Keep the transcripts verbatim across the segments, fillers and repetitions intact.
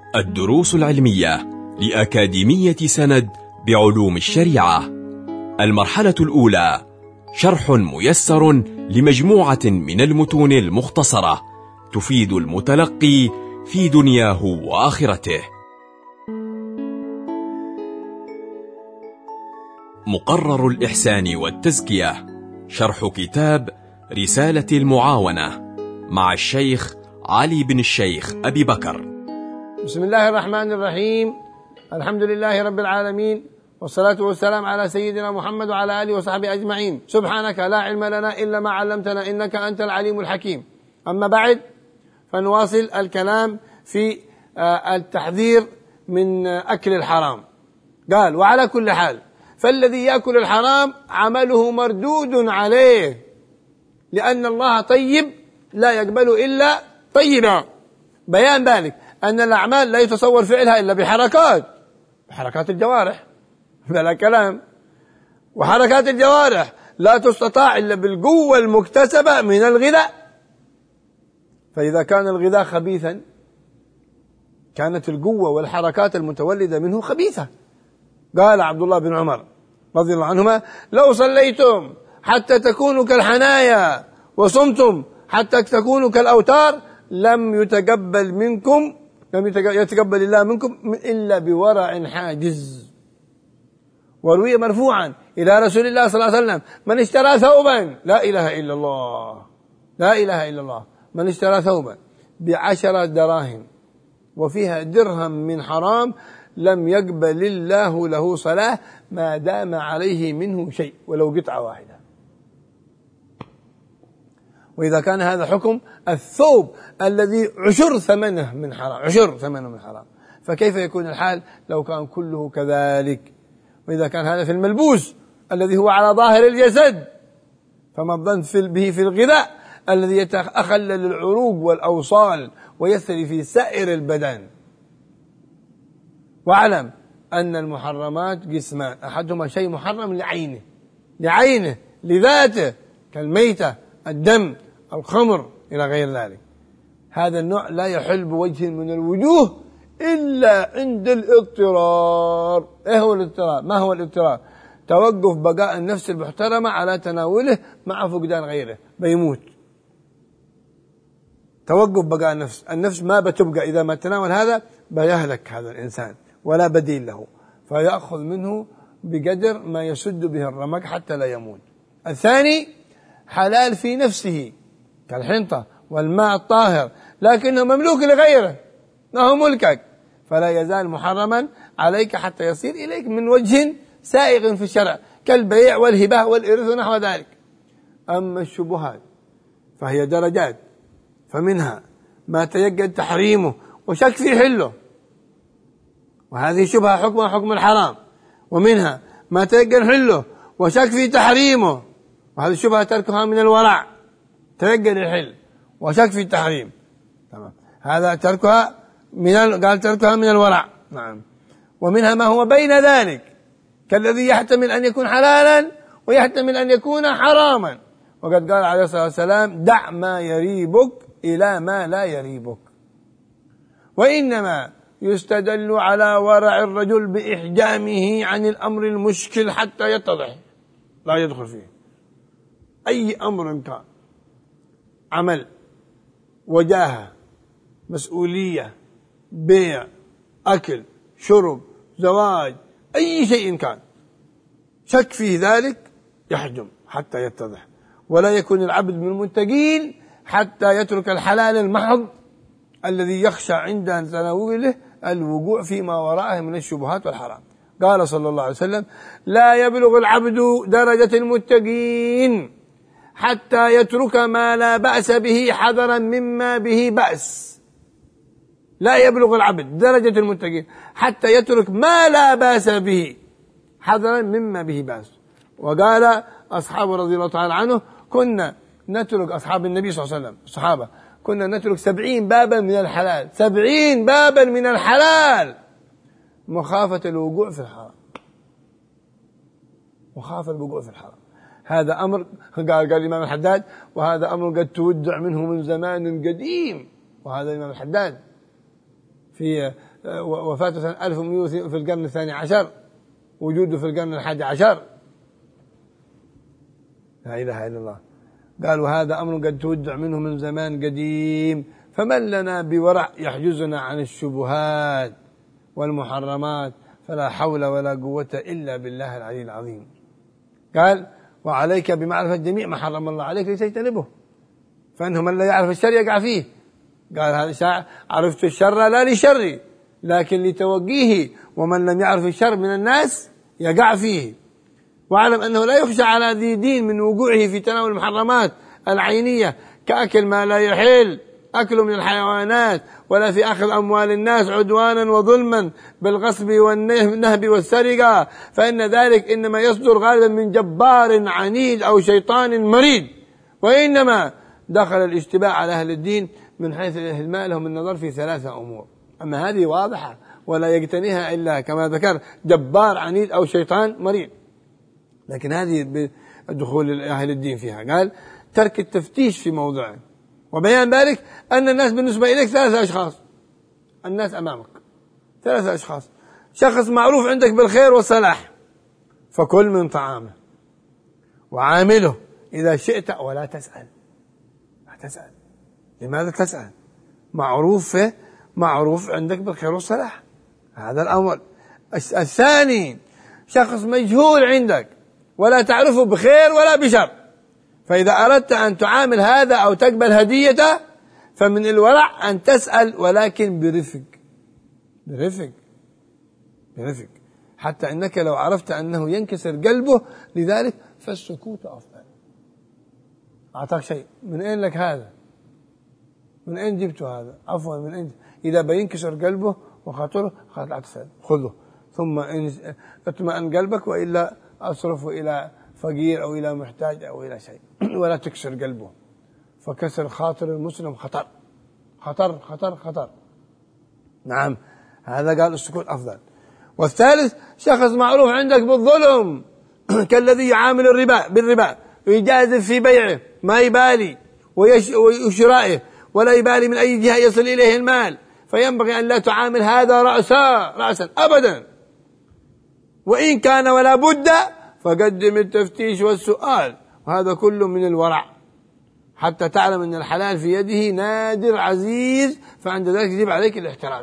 الدروس العلمية لأكاديمية سند بعلوم الشريعة. المرحلة الأولى: شرح ميسر لمجموعة من المتون المختصرة تفيد المتلقي في دنياه وآخرته. مقرر الإحسان والتزكية، شرح كتاب رسالة المعاونة مع الشيخ علي بن الشيخ أبي بكر. بسم الله الرحمن الرحيم. الحمد لله رب العالمين، والصلاة والسلام على سيدنا محمد وعلى آله وصحبه أجمعين. سبحانك لا علم لنا إلا ما علمتنا إنك أنت العليم الحكيم. أما بعد، فنواصل الكلام في التحذير من أكل الحرام. قال: وعلى كل حال فالذي يأكل الحرام عمله مردود عليه، لأن الله طيب لا يقبل إلا طيبا. بيان ذلك أن الأعمال لا يتصور فعلها إلا بحركات بحركات الجوارح، بلا كلام. وحركات الجوارح لا تستطاع إلا بالقوة المكتسبة من الغذاء، فإذا كان الغذاء خبيثا كانت القوة والحركات المتولدة منه خبيثة. قال عبد الله بن عمر رضي الله عنهما: لو صليتم حتى تكونوا كالحنايا وصمتم حتى تكونوا كالأوتار لم يتقبل منكم لم يتقبل الله منكم إلا بورع حاجز. وروي مرفوعا إلى رسول الله صلى الله عليه وسلم: من اشترى ثوبا، لا إله إلا الله لا إله إلا الله من اشترى ثوبا بعشرة دراهم وفيها درهم من حرام لم يقبل الله له صلاة ما دام عليه منه شيء ولو قطعة واحدة. وإذا كان هذا حكم الثوب الذي عشر ثمنه من حرام عشر ثمنه من حرام، فكيف يكون الحال لو كان كله كذلك؟ وإذا كان هذا في الملبوس الذي هو على ظاهر الجسد، فما الظن به في الغذاء الذي يتخلل العروق والأوصال ويسري في سائر البدن. واعلم أن المحرمات قسمان: أحدهما شيء محرم لعينه لعينه لذاته كالميتة، الدم، الخمر إلى غير ذلك. هذا النوع لا يحل بوجه من الوجوه إلا عند الاضطرار. إيه هو الاضطرار؟ ما هو الاضطرار؟ توقف بقاء النفس المحترمة على تناوله مع فقدان غيره، بيموت. توقف بقاء النفس النفس ما بتبقى، إذا ما تناول هذا بيهلك هذا الإنسان ولا بديل له، فيأخذ منه بقدر ما يسد به الرمق حتى لا يموت. الثاني حلال في نفسه كالحنطة والماء الطاهر، لكنه مملوك لغيره، ما هو ملكك، فلا يزال محرما عليك حتى يصير إليك من وجه سائغ في الشرع كالبيع والهبة والإرث ونحو ذلك. أما الشبهات فهي درجات، فمنها ما تيقن تحريمه وشك في حله، وهذه شبهة حكمها حكم الحرام. ومنها ما تيقن حله وشك في تحريمه، وهذه الشبهة تركها من الورع، تيقن الحل وشك في التحريم، تمام، هذا تركها من ال... قال تركها من الورع، نعم. ومنها ما هو بين ذلك كالذي يحتمل أن يكون حلالا ويحتمل أن يكون حراما، وقد قال عليه الصلاة والسلام: دع ما يريبك إلى ما لا يريبك. وإنما يستدل على ورع الرجل بإحجامه عن الأمر المشكل حتى يتضح، لا يدخل فيه أي أمر كان، عمل، وجاهة، مسؤولية، بيع، أكل، شرب، زواج، أي شيء كان، شك في ذلك يحجم حتى يتضح. ولا يكون العبد من المتقين حتى يترك الحلال المحض الذي يخشى عند تناوله الوقوع فيما وراءه من الشبهات والحرام. قال صلى الله عليه وسلم: لا يبلغ العبد درجة المتقين حتى يترك ما لا بأس به حذرا مما به بأس. لا يبلغ العبد درجة المتقين حتى يترك ما لا بأس به حذرا مما به بأس. وقال أصحابه رضي الله تعالى عنه: كنا نترك، أصحاب النبي صلى الله عليه وسلم الصحابة، كنا نترك سبعين بابا من الحلال سبعين بابا من الحلال مخافة الوقوع في الحرام مخافة الوقوع في الحرام. هذا أمر قال قال الإمام الحداد: وهذا أمر قد تودع منه من زمان قديم. وهذا الإمام الحداد في وفاته سنة ألف ومئة في القرن الثاني عشر، وجوده في القرن الحادي عشر. لا إله إلا الله. قالوا هذا أمر قد تودع منه من زمان قديم، فمن لنا بورع يحجزنا عن الشبهات والمحرمات، فلا حول ولا قوة إلا بالله العلي العظيم. قال وعليك بمعرفة جميع ما حرم الله عليك لتجتنبه، فإنه من لا يعرف الشر يقع فيه. قال هذا عرفت الشر لا لشري لكن لتوقيه، ومن لم يعرف الشر من الناس يقع فيه. واعلم أنه لا يخشى على ذي دين من وقوعه في تناول المحرمات العينية كأكل ما لا يحل أكله من الحيوانات، ولا في أخذ أموال الناس عدوانا وظلما بالغصب والنهب والسرقة، فإن ذلك إنما يصدر غالبا من جبار عنيد أو شيطان مريد. وإنما دخل الاشتباع على أهل الدين من حيث الإهمال لهم النظر في ثلاثة أمور، أما هذه واضحة ولا يقتنيها إلا كما ذكر جبار عنيد أو شيطان مريد، لكن هذه دخول أهل الدين فيها. قال ترك التفتيش في موضوعه، وبيان ذلك أن الناس بالنسبة إليك ثلاثة أشخاص. الناس أمامك ثلاثة أشخاص، شخص معروف عندك بالخير والصلاح فكل من طعامه وعامله إذا شئت ولا تسأل. لا تسأل. لماذا تسأل؟ معروف معروف عندك بالخير والصلاح، هذا الأمر. الثاني شخص مجهول عندك ولا تعرفه بخير ولا بشر، فإذا أردت أن تعامل هذا أو تقبل هديته فمن الورع أن تسأل، ولكن برفق برفق برفق، حتى أنك لو عرفت أنه ينكسر قلبه لذلك فالسكوت أفضل. أعطاك شيء، من أين لك هذا؟ من أين جبته هذا؟ عفوا من أين؟ إذا بينكسر قلبه وخاطره خلاص لا تسأل، خذه ثم اطمئن قلبك، وإلا أصرفه إلى فقير أو إلى محتاج أو إلى شيء ولا تكسر قلبه. فكسر خاطر المسلم خطر خطر خطر خطر. نعم هذا قال السكوت أفضل. والثالث شخص معروف عندك بالظلم كالذي يعامل الربا بالربا ويجازف في بيعه ما يبالي وشرائه ولا يبالي من أي جهة يصل إليه المال، فينبغي أن لا تعامل هذا رأسا رأسا أبدا، وإن كان ولا بد فقدم التفتيش والسؤال، وهذا كله من الورع، حتى تعلم أن الحلال في يده نادر عزيز، فعند ذلك يجب عليك الاحتراز.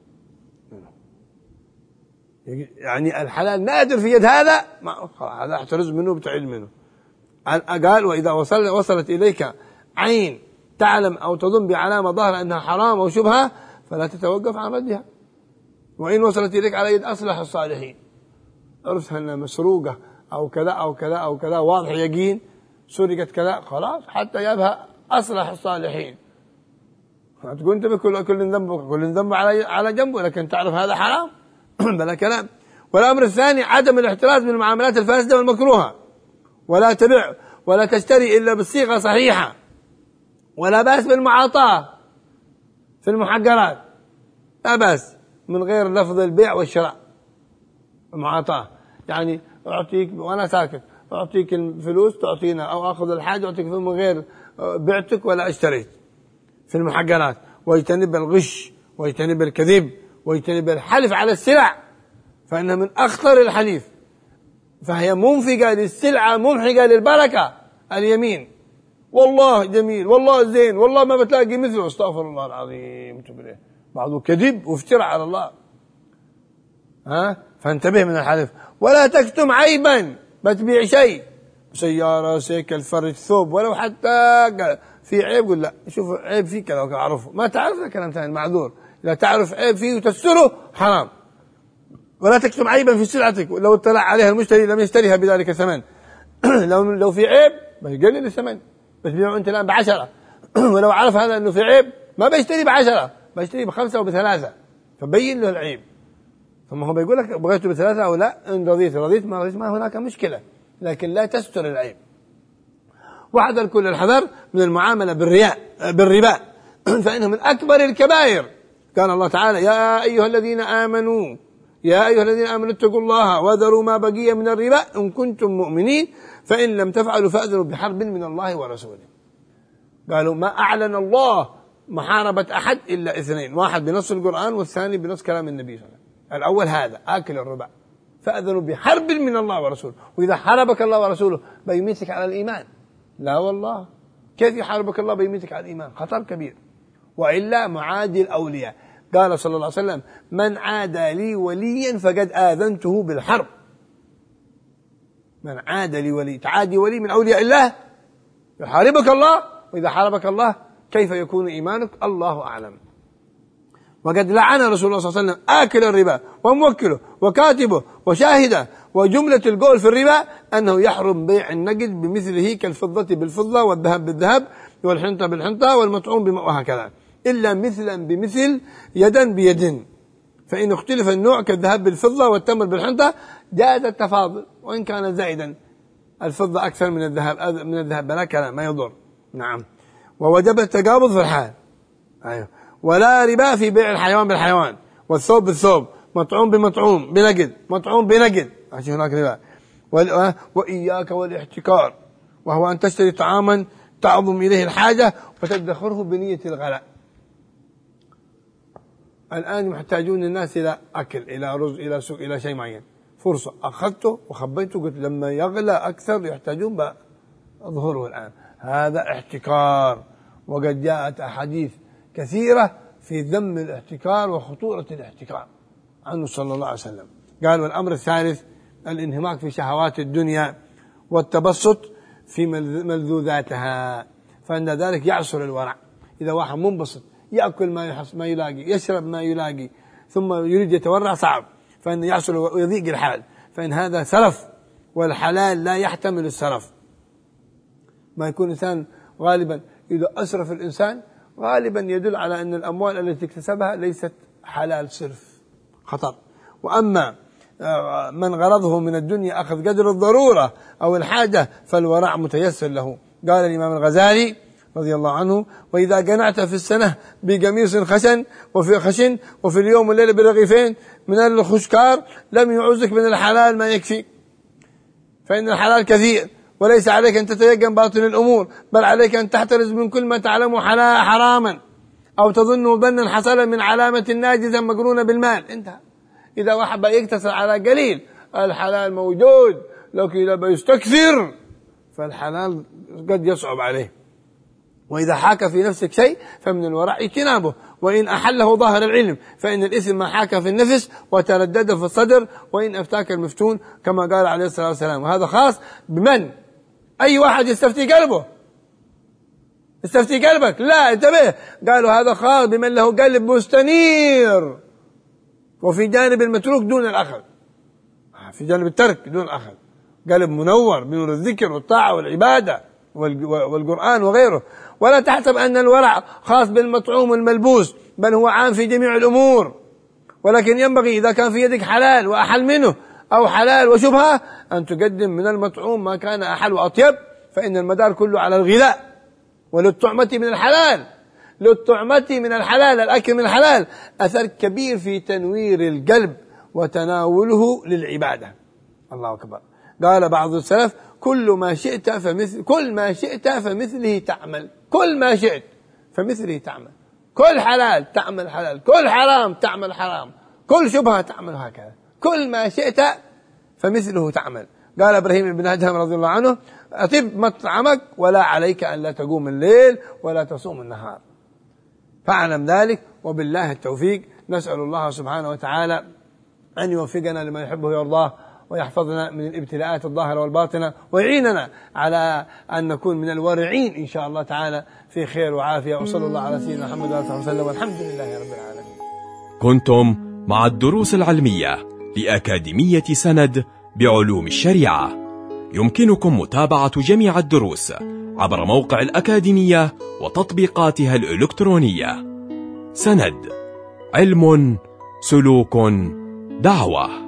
يعني الحلال نادر في يد هذا، هذا احترز منه وابتعد منه. قال وإذا وصل وصلت إليك عين تعلم أو تظن بعلامة ظاهرة أنها حرام أو شبهة فلا تتوقف عن ردها، وإن وصلت إليك على يد أصلح الصالحين، عرفتها أنها مسروقة أو كذا أو كذا أو كذا واضح يقين سرقت كذا، خلاص حتى يبها أصلح الصالحين. تقول أنت بكل كل ذنب كل ذنب على على جنبه، لكن تعرف هذا حرام بلا كلام. والأمر الثاني عدم الاحتراز من المعاملات الفاسدة والمكروهة، ولا تبع ولا تشتري إلا بالصيغة صحيحة، ولا بأس بالمعاطاة في المحقرات، لا بأس من غير لفظ البيع والشراء. المعاطاة يعني أعطيك وأنا ساكت، أعطيك الفلوس تعطينا، أو أخذ الحاجة أعطيك من غير بعتك ولا اشتريت في المحقرات. ويجتنب الغش ويجتنب الكذب ويجتنب الحلف على السلع، فإنها من أخطر الحليف، فهي منفقة للسلعة ممحقة للبركة. اليمين والله جميل والله زين والله ما بتلاقي مثله، استغفر الله العظيم تبريه، بعضه كذب وافتراء على الله. ها فانتبه من الحلف. ولا تكتم عيبا، بتبيع شيء سيارة سيكل فرج ثوب ولو حتى في عيب، قل لا شوف عيب فيك لو أعرفه، ما تعرف كلام ثاني معذور، لا تعرف عيب فيه وتستره حرام. ولا تكتم عيبا في سلعتك، لو اطلع عليها المشتري لم يشتريها بذلك الثمن لو لو في عيب بيقلل الثمن، بتبيعه انت الان بعشرة ولو عرف هذا انه في عيب ما بيشتري بعشرة، بيشتري بخمسة وبثلاثة، فبين له العيب. ثم هو بيقول لك بغيته بثلاثة او لا، ان رضيت رضيت ما رضيت ما هناك مشكلة، لكن لا تستر العيب. واحذر كل الحذر من المعاملة بالرياء بالربا فإنه من أكبر الكبائر. قال الله تعالى يا أيها الذين آمنوا يا أيها الذين آمنوا اتقوا الله وذروا ما بقي من الربا إن كنتم مؤمنين فإن لم تفعلوا فأذنوا بحرب من الله ورسوله. قالوا ما أعلن الله محاربة أحد إلا اثنين، واحد بنص القرآن والثاني بنص كلام النبي صلى الله عليه وسلم. الأول هذا آكل الربا، فأذنوا بحرب من الله ورسوله. وإذا حاربك الله ورسوله بيميتك على الإيمان. لا والله، كيف يحاربك الله بيميتك على الإيمان؟ خطر كبير. وإلا معادي الأولياء. قال صلى الله عليه وسلم: من عادى لي وليا فقد آذنته بالحرب. من عاد لي ولي، تعادي ولي من أولياء الله يحاربك الله. وإذا حاربك الله كيف يكون إيمانك؟ الله أعلم. وقد لعن رسول الله صلى الله عليه وسلم آكل الربا وموكله وكاتبه وشاهده. وجملة القول في الربا أنه يحرم بيع النقد بمثله كالفضة بالفضة والذهب بالذهب والحنطة بالحنطة والمطعوم بما، وهكذا، إلا مثلا بمثل يدا بيد. فإن اختلف النوع كالذهب بالفضة والتمر بالحنطة جاز التفاضل وإن كان زائدا، الفضة أكثر من الذهب من الذهب بلا كلام، ما يضر. نعم. ووجب التقابض في الحال. أيوه. ولا ربا في بيع الحيوان بالحيوان والثوب بالثوب، مطعوم بمطعوم بنقد، مطعوم بنقد، عشان هناك ربا. وإياك والاحتكار، وهو أن تشتري طعاما تعظم إليه الحاجة وتدخره بنية الغلاء. الآن محتاجون الناس إلى أكل، إلى رز، إلى سوق، إلى شيء معين. فرصة أخذته وخبيته، قلت لما يغلى أكثر يحتاجون بأظهره الآن. هذا احتكار، وقد جاءت أحاديث كثيرة في ذم الاحتكار وخطورة الاحتكار عنه صلى الله عليه وسلم. قال: والأمر الثالث الانهماك في شهوات الدنيا والتبسط في ملذوذاتها، فإن ذلك يعصر الورع. إذا واحد منبسط يأكل ما يحص ما يلاقي، يشرب ما يلاقي، ثم يريد يتورع، صعب، فإن يعصر ويضيق الحال، فإن هذا سرف، والحلال لا يحتمل السرف. ما يكون إنسان غالبا إذا أسرف الإنسان غالبا يدل على أن الأموال التي اكتسبها ليست حلال صرف، خطر. وأما من غرضه من الدنيا أخذ قدر الضرورة أو الحاجة فالورع متيسر له. قال الإمام الغزالي رضي الله عنه: وإذا قنعت في السنة بقميص خشن وفي خشن وفي اليوم والليلة برغيفين من الخشكار لم يعوزك من الحلال ما يكفي، فإن الحلال كثير، وليس عليك أن تتيقن باطن الأمور، بل عليك أن تحترز من كل ما تعلمه حراما أو تظنه ظنا حصلا من علامة ناجزة مقرونة بالمال. انتهى. إذا واحد يقتصر على قليل، الحلال موجود، لكن إذا بيستكثر فالحلال قد يصعب عليه. وإذا حاك في نفسك شيء فمن الورع اجتنابه، وإن أحله ظاهر العلم، فإن الإثم ما حاك في النفس وتردد في الصدر، وإن أفتاك المفتون، كما قال عليه الصلاة والسلام. وهذا خاص بمن؟ أي واحد يستفتي قلبه، استفتي قلبك، لا انتبه. قالوا هذا خاص بمن له قلب مستنير، وفي جانب المتروك دون الأخذ، في جانب الترك دون الأخذ، قلب منور بنور الذكر والطاعة والعبادة والقرآن وغيره. ولا تحسب أن الورع خاص بالمطعوم والملبوس، بل هو عام في جميع الأمور. ولكن ينبغي إذا كان في يدك حلال وأحل منه أو حلال وشبهة أن تقدم من المطعوم ما كان أحل وأطيب، فإن المدار كله على الغذاء. وللطعمة من الحلال، للطعمة من الحلال، الأكل من الحلال أثر كبير في تنوير القلب وتناوله للعبادة. الله أكبر. قال بعض السلف: كل ما شئت فمثل كل ما شئت فمثله تعمل، كل ما شئت فمثله تعمل، كل حلال تعمل حلال، كل حرام تعمل حرام، كل شبهة تعمل هكذا، كل ما شئت فمثله تعمل. قال إبراهيم بن أدهم رضي الله عنه: أطب مطعمك ولا عليك أن لا تقوم الليل ولا تصوم النهار. فاعلم ذلك، وبالله التوفيق. نسأل الله سبحانه وتعالى أن يوفقنا لما يحبه ويرضاه، ويحفظنا من الابتلاءات الظاهرة والباطنة، ويعيننا على أن نكون من الورعين إن شاء الله تعالى في خير وعافية. وصلى الله على سيدنا محمد وعلى آله وسلم، والحمد لله رب العالمين. كنتم مع الدروس العلمية لأكاديمية سند بعلوم الشريعة. يمكنكم متابعة جميع الدروس عبر موقع الأكاديمية وتطبيقاتها الإلكترونية. سند، علم، سلوك، دعوة.